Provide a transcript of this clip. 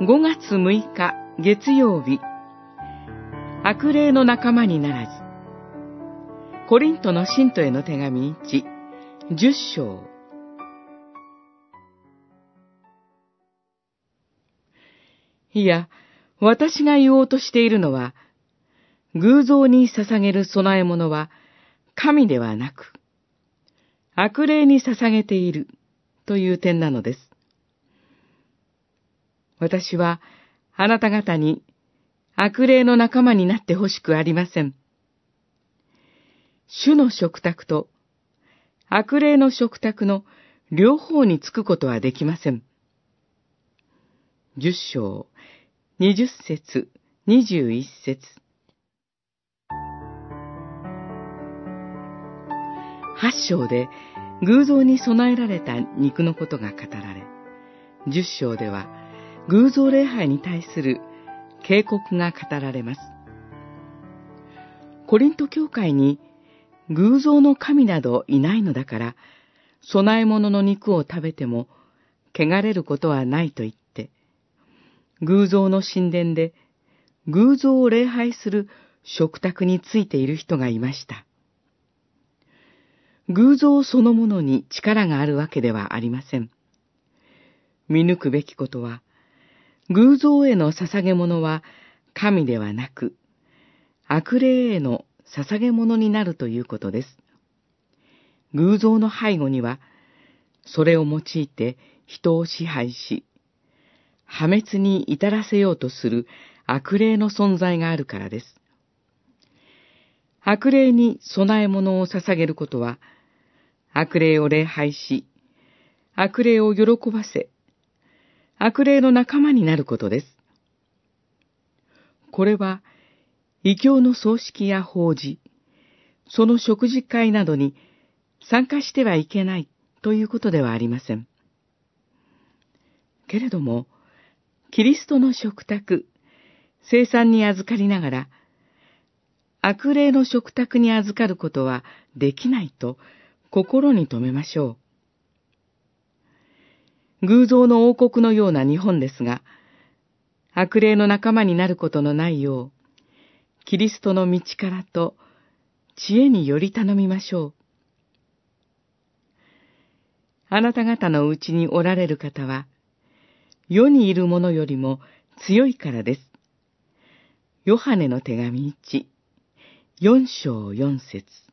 5月6日月曜日、悪霊の仲間にならず。コリントの信徒への手紙1、10章。いや、私が言おうとしているのは、偶像に捧げる供え物は神ではなく、悪霊に捧げているという点なのです。私はあなた方に悪霊の仲間になってほしくありません。主の食卓と悪霊の食卓の両方につくことはできません。10章、20節、21節。8章で偶像に備えられた肉のことが語られ、10章では偶像礼拝に対する警告が語られます。コリント教会に偶像の神などいないのだから、供え物の肉を食べても汚れることはないと言って、偶像の神殿で偶像を礼拝する食卓についている人がいました。偶像そのものに力があるわけではありません。見抜くべきことは、偶像への捧げ物は神ではなく、悪霊への捧げ物になるということです。偶像の背後には、それを用いて人を支配し、破滅に至らせようとする悪霊の存在があるからです。悪霊に供え物を捧げることは、悪霊を礼拝し、悪霊を喜ばせ、悪霊の仲間になることです。これは、異教の葬式や法事、その食事会などに参加してはいけないということではありません。けれども、キリストの食卓、聖餐に預かりながら、悪霊の食卓に預かることはできないと心に留めましょう。偶像の王国のような日本ですが、悪霊の仲間になることのないよう、キリストの道からと知恵により頼みましょう。あなた方のうちにおられる方は、世にいる者よりも強いからです。ヨハネの手紙1、4章4節。